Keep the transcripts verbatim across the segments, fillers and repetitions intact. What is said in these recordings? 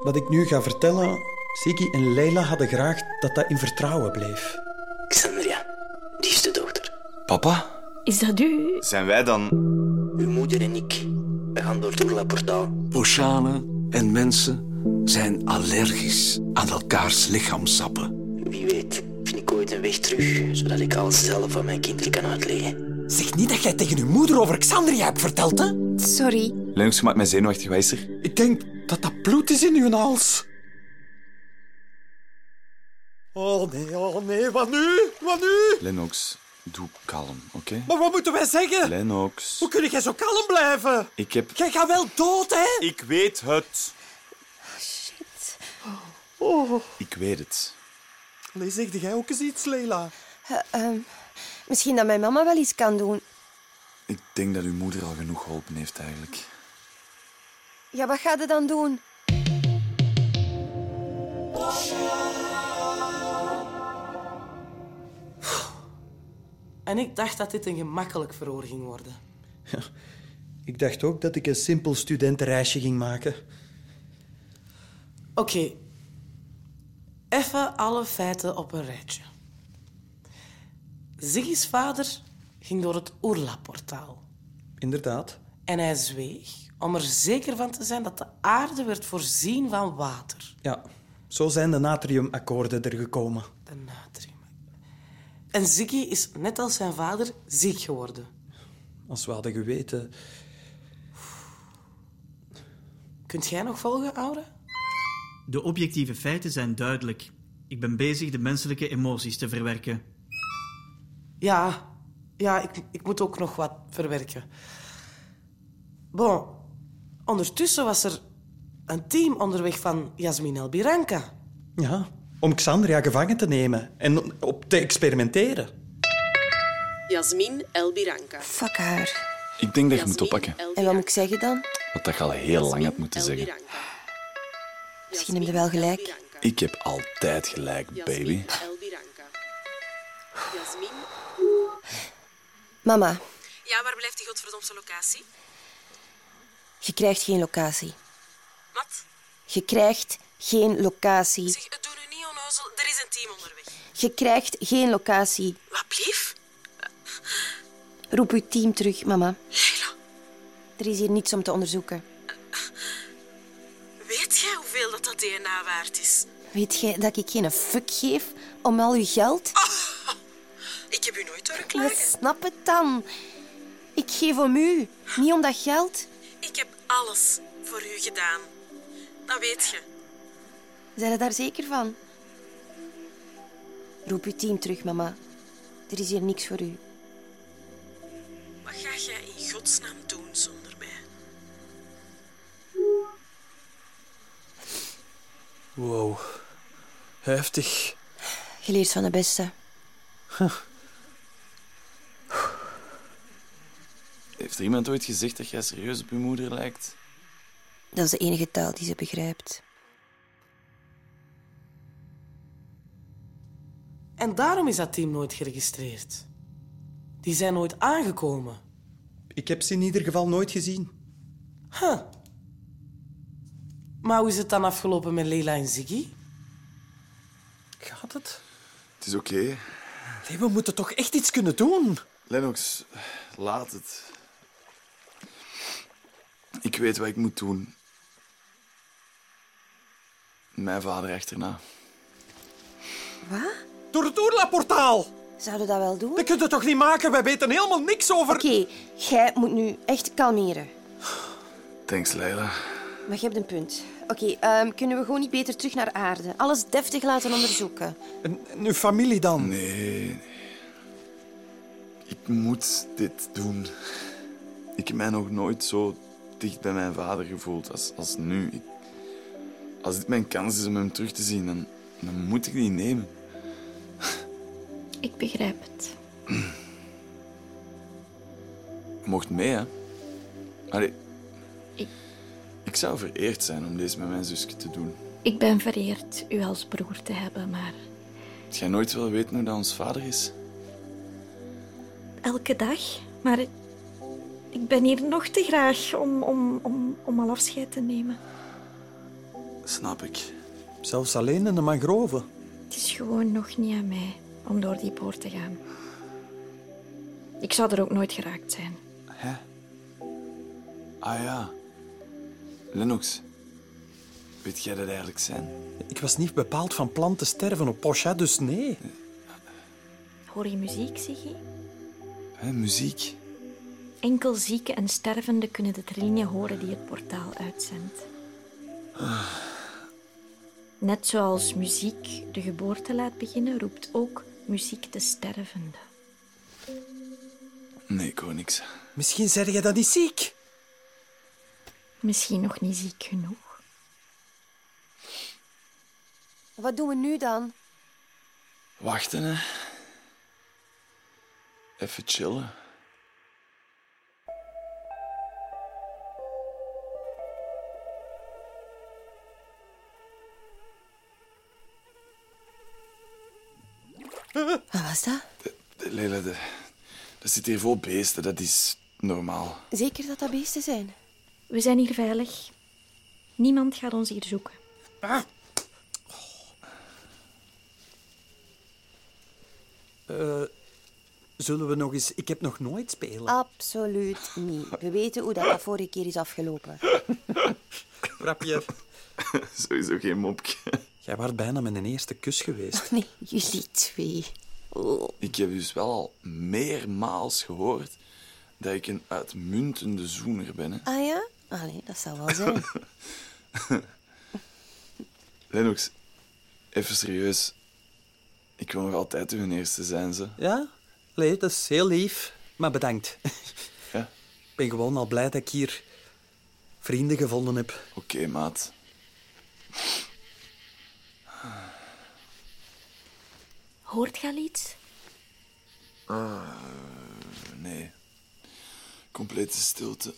Wat ik nu ga vertellen, Ziggy en Leila hadden graag dat dat in vertrouwen bleef. Xandria, liefste dochter. Papa? Is dat u? Zijn wij dan... Uw moeder en ik, we gaan door het Oerla-portaal. Oceanen en mensen zijn allergisch aan elkaars lichaamsappen. Wie weet, vind ik ooit een weg terug, zodat ik alles zelf aan mijn kinderen kan uitleggen. Zeg niet dat jij tegen uw moeder over Xandria hebt verteld, hè? Sorry. Lennox, je maakt mij zenuwachtig. Wat is er? Ik denk dat dat bloed is in uw hals. Oh nee, oh nee, wat nu? Wat nu? Lennox, doe kalm, oké? Okay? Maar wat moeten wij zeggen? Lennox... Hoe kun jij zo kalm blijven? Ik heb... Jij gaat wel dood, hè? Ik weet het. Shit. Oh. Ik weet het. Allee, zeg jij ook eens iets, Leila? Uh, uh, misschien dat mijn mama wel iets kan doen. Ik denk dat uw moeder al genoeg geholpen heeft, eigenlijk. Ja, wat gaat je dan doen? En ik dacht dat dit een gemakkelijk verhoor ging worden. Ja, ik dacht ook dat ik een simpel studentenreisje ging maken. Oké. Okay. Even alle feiten op een rijtje. Ziggy's vader ging door het Oerla-portaal. Inderdaad. En hij zweeg om er zeker van te zijn dat de aarde werd voorzien van water. Ja, zo zijn de natriumakkoorden er gekomen. De natrium. En Ziggy is, net als zijn vader, ziek geworden. Als we hadden geweten... Kunt jij nog volgen, oude? De objectieve feiten zijn duidelijk. Ik ben bezig de menselijke emoties te verwerken. Ja, ja ik, ik moet ook nog wat verwerken. Bon, ondertussen was er een team onderweg van Yasmin Elbiranka. Ja, om Xandria gevangen te nemen en op te experimenteren. Yasmin Elbiranka. Fuck haar. Ik denk dat je moet oppakken. En wat moet ik zeggen dan? Wat dat je al heel lang had moeten zeggen. Misschien heb je wel gelijk. Ik heb altijd gelijk, baby. Mama. Ja, waar blijft die godverdomse locatie? Je krijgt geen locatie. Wat? Je krijgt geen locatie. Zeg, doe nu niet onnozel. Er is een team onderweg. Je krijgt geen locatie. Wat blief? Roep uw team terug, mama. Leila. Er is hier niets om te onderzoeken. Weet jij hoeveel dat, dat D N A waard is? Weet jij dat ik geen fuck geef om al uw geld? Oh, ik heb u nooit horen klagen. Ja, snap het dan. Ik geef om u, niet om dat geld. Ik heb alles voor u gedaan. Dat weet je. Zijn je daar zeker van? Roep uw team terug, mama. Er is hier niks voor u. Wat ga jij in godsnaam doen zonder mij? Wow. Heftig. Je leert van de beste. Huh. Heeft er iemand ooit gezegd dat jij serieus op je moeder lijkt? Dat is de enige taal die ze begrijpt. En daarom is dat team nooit geregistreerd. Die zijn nooit aangekomen. Ik heb ze in ieder geval nooit gezien. Huh. Maar hoe is het dan afgelopen met Leila en Ziggy? Gaat het? Het is oké. Okay. Nee, we moeten toch echt iets kunnen doen? Lennox, laat het. Ik weet wat ik moet doen. Mijn vader achterna. Wat? Door het Oerla-portaal. Zouden dat wel doen? Dat kun je toch niet maken? Wij weten helemaal niks over... Oké, okay, jij moet nu echt kalmeren. Thanks, Leila. Maar je hebt een punt. Oké, okay, um, kunnen we gewoon niet beter terug naar aarde? Alles deftig laten onderzoeken. En, en uw familie dan? Nee. Ik moet dit doen. Ik heb mij nog nooit zo dicht bij mijn vader gevoeld als, als nu. Ik, als dit mijn kans is om hem terug te zien, dan, dan moet ik die nemen. Ik begrijp het. Je mocht mee, hè? Allee, ik... ik zou vereerd zijn om deze met mijn zusje te doen. Ik ben vereerd u als broer te hebben, maar... Heb jij nooit willen weten hoe dat ons vader is? Elke dag, maar... Ik ben hier nog te graag om, om, om, om al afscheid te nemen. Snap ik. Zelfs alleen in de mangroven. Het is gewoon nog niet aan mij om door die poort te gaan. Ik zou er ook nooit geraakt zijn. Hè? Ah ja. Lennox. Weet jij dat eigenlijk zijn? Ik was niet bepaald van plan te sterven op Pocha, dus nee. Hoor je muziek, Siggy? Hè, muziek? Enkel zieken en stervenden kunnen de trillingen horen die het portaal uitzendt. Net zoals muziek de geboorte laat beginnen, roept ook muziek de stervende. Nee, ik hoor niks. Misschien zeg je dat niet ziek. Misschien nog niet ziek genoeg. Wat doen we nu dan? Wachten, hè. Even chillen. Wat was dat? De, de, Leila, de, er zit hier vol beesten. Dat is normaal. Zeker dat dat beesten zijn? We zijn hier veilig. Niemand gaat ons hier zoeken. Ah. Uh, zullen we nog eens... Ik heb nog nooit spelen. Absoluut niet. We weten hoe dat, dat vorige keer is afgelopen. Grapje. Sowieso geen mopje. Jij was bijna mijn eerste kus geweest. Nee, jullie twee. Oh. Ik heb dus wel al meermaals gehoord dat ik een uitmuntende zoener ben. Hè? Ah ja? Allee, dat zou wel zijn. Lennox, even serieus. Ik wil nog altijd uw eerste zijn, ze. Ja? Nee, dat is heel lief. Maar bedankt. Ja? Ik ben gewoon al blij dat ik hier vrienden gevonden heb. Oké, okay, maat. Hoort je al iets? Uh, nee. Complete stilte.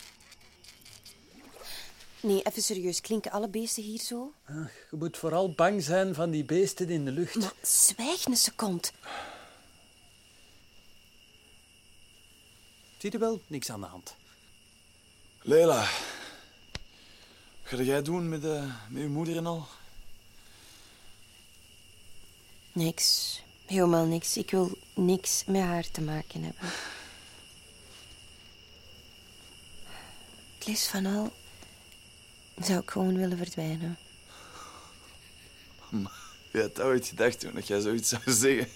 Nee, even serieus. Klinken alle beesten hier zo? Ah, je moet vooral bang zijn van die beesten in de lucht. Maar zwijg een seconde. Zie je wel? Niks aan de hand. Leila. Wat ga jij doen met, uh, met je moeder en al? Niks. Helemaal niks. Ik wil niks met haar te maken hebben. Het liefst van al zou ik gewoon willen verdwijnen. Wie had dat ooit gedacht toen, dat jij zoiets zou zeggen?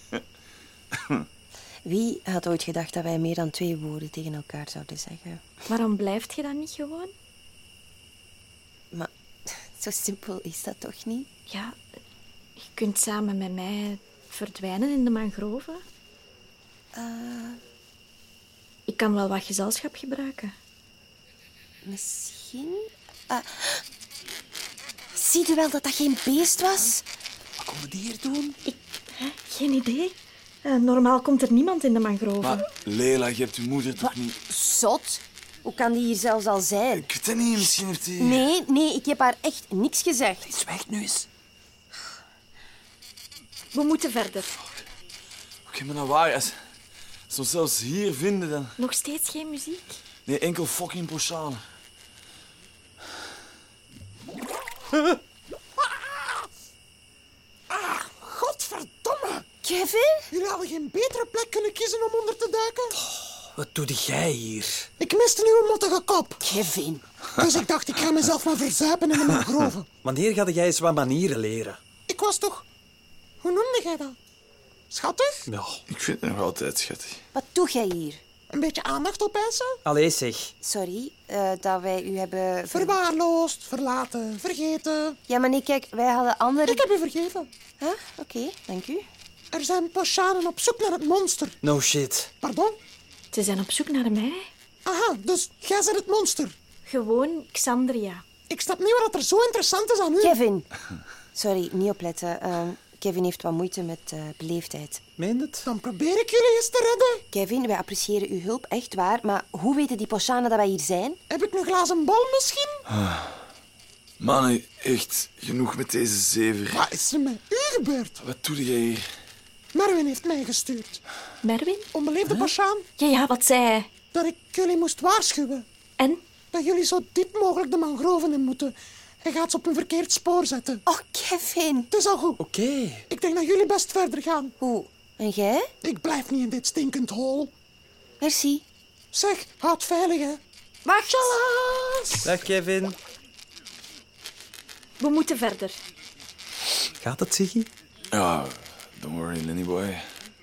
Wie had ooit gedacht dat wij meer dan twee woorden tegen elkaar zouden zeggen? Waarom blijft je dan niet gewoon? Maar zo simpel is dat toch niet? Ja, je kunt samen met mij verdwijnen in de mangroven. Uh, ik kan wel wat gezelschap gebruiken. Misschien? Uh, zie je wel dat dat geen beest was? Wat kon die hier doen? Ik, hè, geen idee. Uh, normaal komt er niemand in de mangroven. Maar Leila, je hebt je moeder toch wat? niet... Zot? Hoe kan die hier zelfs al zijn? Ik weet het niet, misschien heeft hij... Nee, nee, ik heb haar echt niks gezegd. Nee, zwijg nu eens. We moeten verder. Oké, okay, maar nou waar, als ze ons zelfs hier vinden, dan... Nog steeds geen muziek? Nee, enkel fucking Pochane. Ah, godverdomme. Kevin? Jullie hadden geen betere plek kunnen kiezen om onder te duiken? Oh, wat doe jij hier? Ik miste uw mottige kop. Kevin. Dus ik dacht, ik ga mezelf maar verzuipen in de mangroven. Wanneer ga jij eens wat manieren leren? Ik was toch... Hoe noemde jij dat? Schattig? Ja. Ik vind het nog altijd schattig. Wat doe jij hier? Een beetje aandacht opeisen? Allee, zeg. Sorry, uh, dat wij u hebben... Ver... Verwaarloosd, verlaten, vergeten. Ja, maar nee, kijk, wij hadden andere... Ik heb u vergeven. Huh? Oké, okay, dank u. Er zijn Pochanen op zoek naar het monster. No shit. Pardon? Ze zijn op zoek naar mij. Aha, dus jij bent het monster. Gewoon Xandria. Ik snap niet wat er zo interessant is aan u. Kevin. Sorry, niet opletten. Uh, Kevin heeft wat moeite met uh, beleefdheid. Meen het? Dan probeer ik jullie eens te redden. Kevin, wij appreciëren uw hulp, echt waar. Maar hoe weten die Pochanen dat wij hier zijn? Heb ik een glazen bol misschien? Ah. Mannen, echt genoeg met deze zever. Wat is er met u gebeurd? Wat doe jij hier? Merwin heeft mij gestuurd. Merwin? Onbeleefde huh? Pochaan. Ja, ja, wat zei hij? Dat ik jullie moest waarschuwen. En? Dat jullie zo diep mogelijk de mangroven in moeten. Hij gaat ze op een verkeerd spoor zetten. Oh, Kevin. Het is al goed. Oké. Ik denk dat jullie best verder gaan. Hoe? En jij? Ik blijf niet in dit stinkend hol. Merci. Zeg, houd veilig, hè. Wacht. Tjallas! Dag, Kevin. We moeten verder. Gaat het, Ziggy? Ja, don't worry, Lenny boy.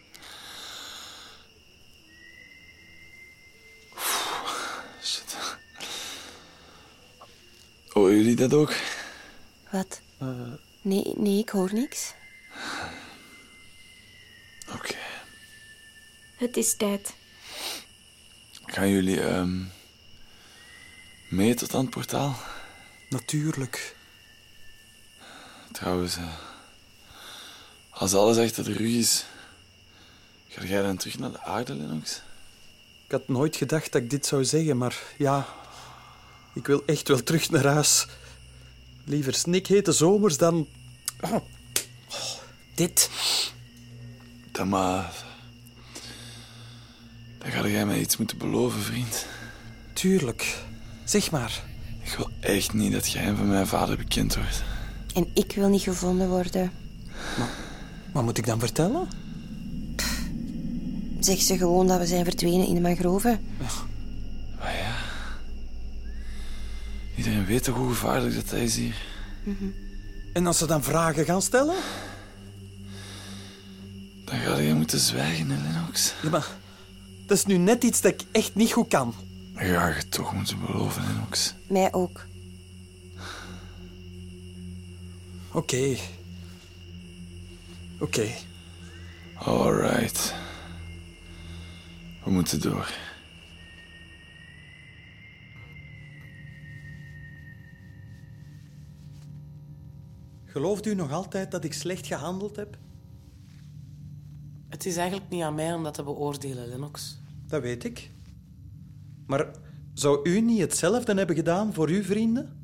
Shit. Horen jullie dat ook? Wat? Nee, nee, ik hoor niks. Oké. Okay. Het is tijd. Gaan jullie ehm mee tot aan het portaal? Natuurlijk. Trouwens, uh, als alles achter de rug is, ga jij dan terug naar de aarde, Lennox? Ik had nooit gedacht dat ik dit zou zeggen, maar ja, ik wil echt wel terug naar huis. Liever snikhete zomers dan... Oh. Oh, dit. Dan maar... Dan ga jij mij iets moeten beloven, vriend. Tuurlijk. Zeg maar. Ik wil echt niet dat jij van mijn vader bekend wordt. En ik wil niet gevonden worden. Maar wat moet ik dan vertellen? Pff, zeg ze gewoon dat we zijn verdwenen in de mangroven. Maar ja... Iedereen weet toch hoe gevaarlijk dat is hier? Mm-hmm. En als ze dan vragen gaan stellen? Dan ga je moeten zwijgen, hè, Lennox. Ja, maar dat is nu net iets dat ik echt niet goed kan. Dan ga je toch moeten beloven, Lennox. Mij ook. Oké. Okay. Oké. Okay. Alright. We moeten door. Gelooft u nog altijd dat ik slecht gehandeld heb? Het is eigenlijk niet aan mij om dat te beoordelen, Lennox. Dat weet ik. Maar zou u niet hetzelfde hebben gedaan voor uw vrienden?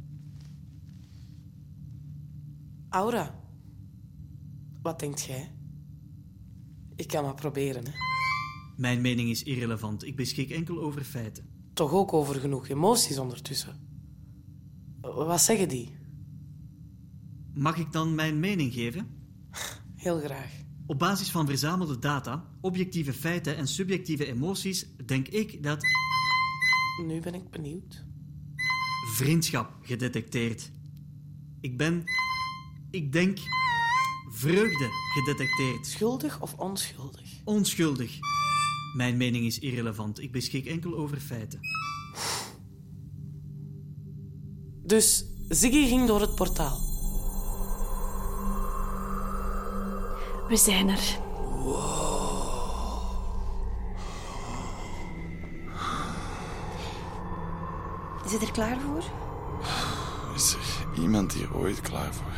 Aura, wat denkt jij? Ik kan maar proberen, hè. Mijn mening is irrelevant. Ik beschik enkel over feiten. Toch ook over genoeg emoties ondertussen. Wat zeggen die? Mag ik dan mijn mening geven? Heel graag. Op basis van verzamelde data, objectieve feiten en subjectieve emoties denk ik dat... Nu ben ik benieuwd. Vriendschap gedetecteerd. Ik ben... Ik denk... Vreugde gedetecteerd. Schuldig of onschuldig? Onschuldig. Mijn mening is irrelevant. Ik beschik enkel over feiten. Dus Ziggy ging door het portaal. We zijn er. Is het er klaar voor? Is er iemand hier ooit klaar voor?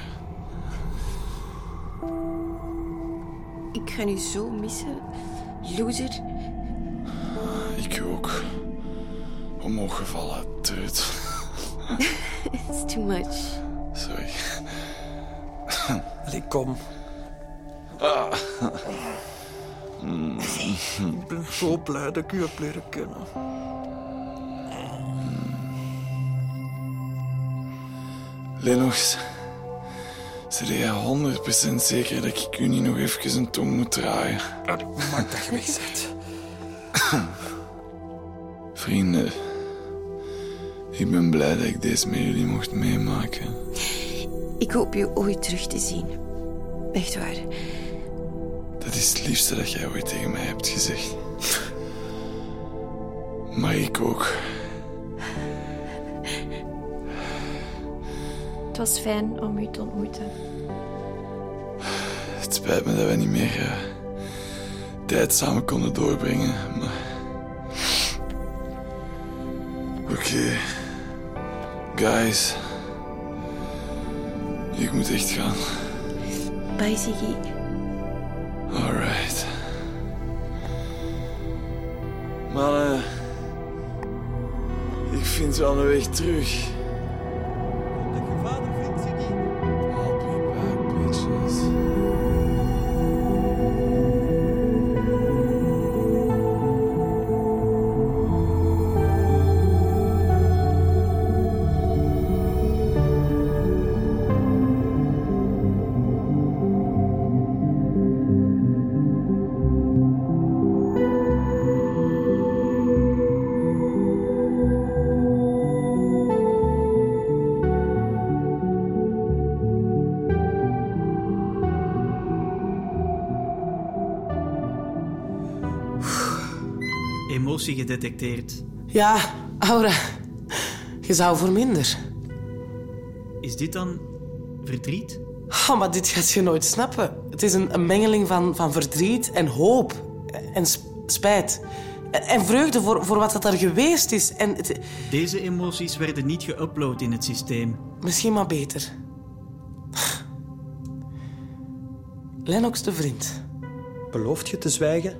Ik ga u zo missen, loser. Ik ook. Omhoog gevallen, trut. It's too much. Sorry. Allee, kom. Ah. Mm. Ik ben zo blij dat ik u heb leren kennen. Lennox, ben jij honderd procent zeker dat ik u niet nog even een tong moet draaien? Maak dat je weg zit. Vrienden, ik ben blij dat ik deze met jullie mocht meemaken. Ik hoop je ooit terug te zien. Echt waar. Dat is het liefste dat jij ooit tegen mij hebt gezegd. Maar ik ook. Het was fijn om u te ontmoeten. Het spijt me dat we niet meer uh, tijd samen konden doorbrengen, maar... Oké. Okay. Guys. Ik moet echt gaan. Bye, Ziggy. Alright. Mannen. Ik vind wel een weg terug. emotie gedetecteerd. Ja, Aura. Je zou voor minder. Is dit dan verdriet? Oh, maar dit gaat je nooit snappen. Het is een, een mengeling van, van verdriet en hoop. En sp- spijt. En, en vreugde voor, voor wat dat er geweest is. En het... Deze emoties werden niet geüpload in het systeem. Misschien maar beter. Lennox de vriend. Belooft je te zwijgen?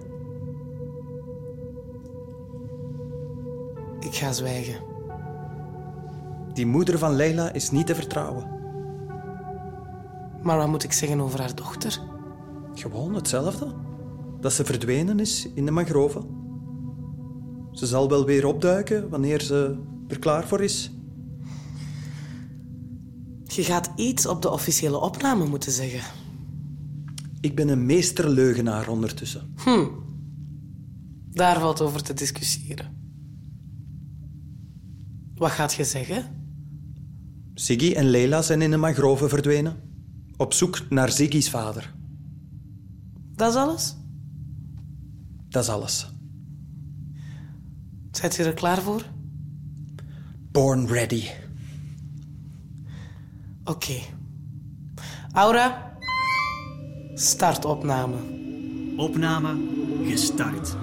Ik ga zwijgen. Die moeder van Leila is niet te vertrouwen. Maar wat moet ik zeggen over haar dochter? Gewoon hetzelfde. Dat ze verdwenen is in de mangroven. Ze zal wel weer opduiken wanneer ze er klaar voor is. Je gaat iets op de officiële opname moeten zeggen. Ik ben een meesterleugenaar ondertussen. Hm. Daar valt over te discussiëren. Wat gaat je zeggen? Ziggy en Leila zijn in de mangroven verdwenen. Op zoek naar Ziggy's vader. Dat is alles? Dat is alles. Zijt je er klaar voor? Born ready. Oké. Okay. Aura, start opname. Opname gestart.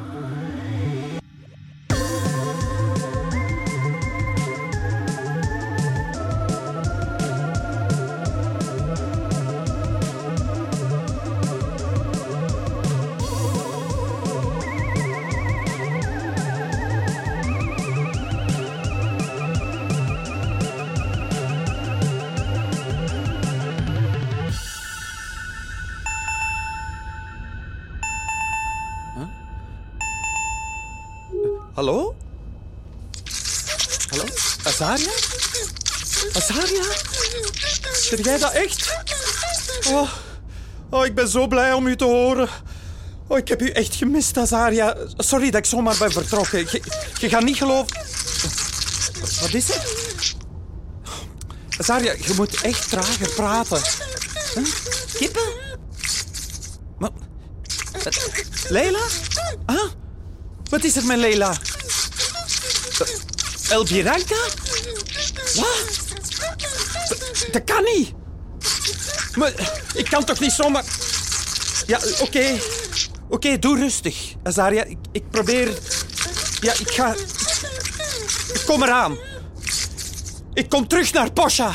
Hallo? Hallo? Azaria? Azaria? Ben jij dat echt? Oh, oh, ik ben zo blij om u te horen. Oh, ik heb u echt gemist, Azaria. Sorry dat ik zomaar ben vertrokken. Je, je gaat niet geloven... Wat is er? Azaria, je moet echt trager praten. Huh? Kippen? Wat? Leila? Ah? Wat is er met Leila? El Biranca? Wat? Dat, dat kan niet. Maar ik kan toch niet zomaar... Ja, oké. Okay. Oké, okay, doe rustig. Azaria, ik, ik probeer... Ja, ik ga... Ik kom eraan. Ik kom terug naar Posha.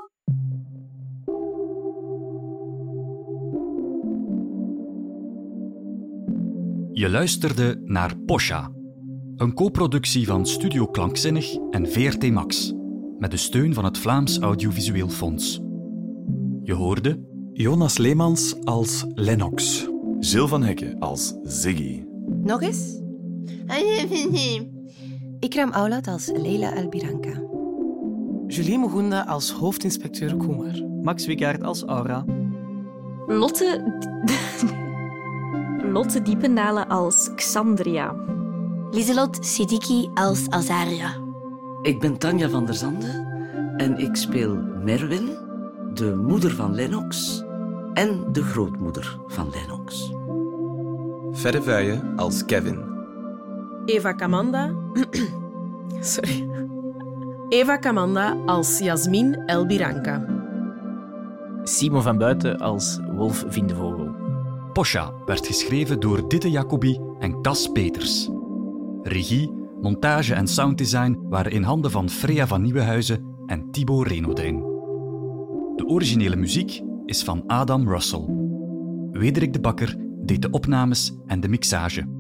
Je luisterde naar Posha, een co-productie van Studio Klankzinnig en V R T Max, met de steun van het Vlaams Audiovisueel Fonds. Je hoorde Jonas Leemans als Lennox, Gilles van Hekken als Ziggy. Nog eens? Ikram Aulat als Leila El Biranca. Julie Mugunda als hoofdinspecteur Koemer. Max Wiggaert als Aura. Lotte... Lotte Diependalen als Xandria. Lieselot Siddiqui als Azaria. Ik ben Tanja van der Zande en ik speel Merwin, de moeder van Lennox en de grootmoeder van Lennox. Verre Vuijen als Kevin. Eva Kamanda... Sorry. Eva Kamanda als Jasmin El Biranca. Simon van Buiten als Wolf Vindevogel. Posha werd geschreven door Ditte Jacobi en Cas Peters. Regie, montage en sounddesign waren in handen van Freya van Nieuwenhuizen en Thibaut Renodijn. De originele muziek is van Adam Russell. Wederik de Bakker deed de opnames en de mixage.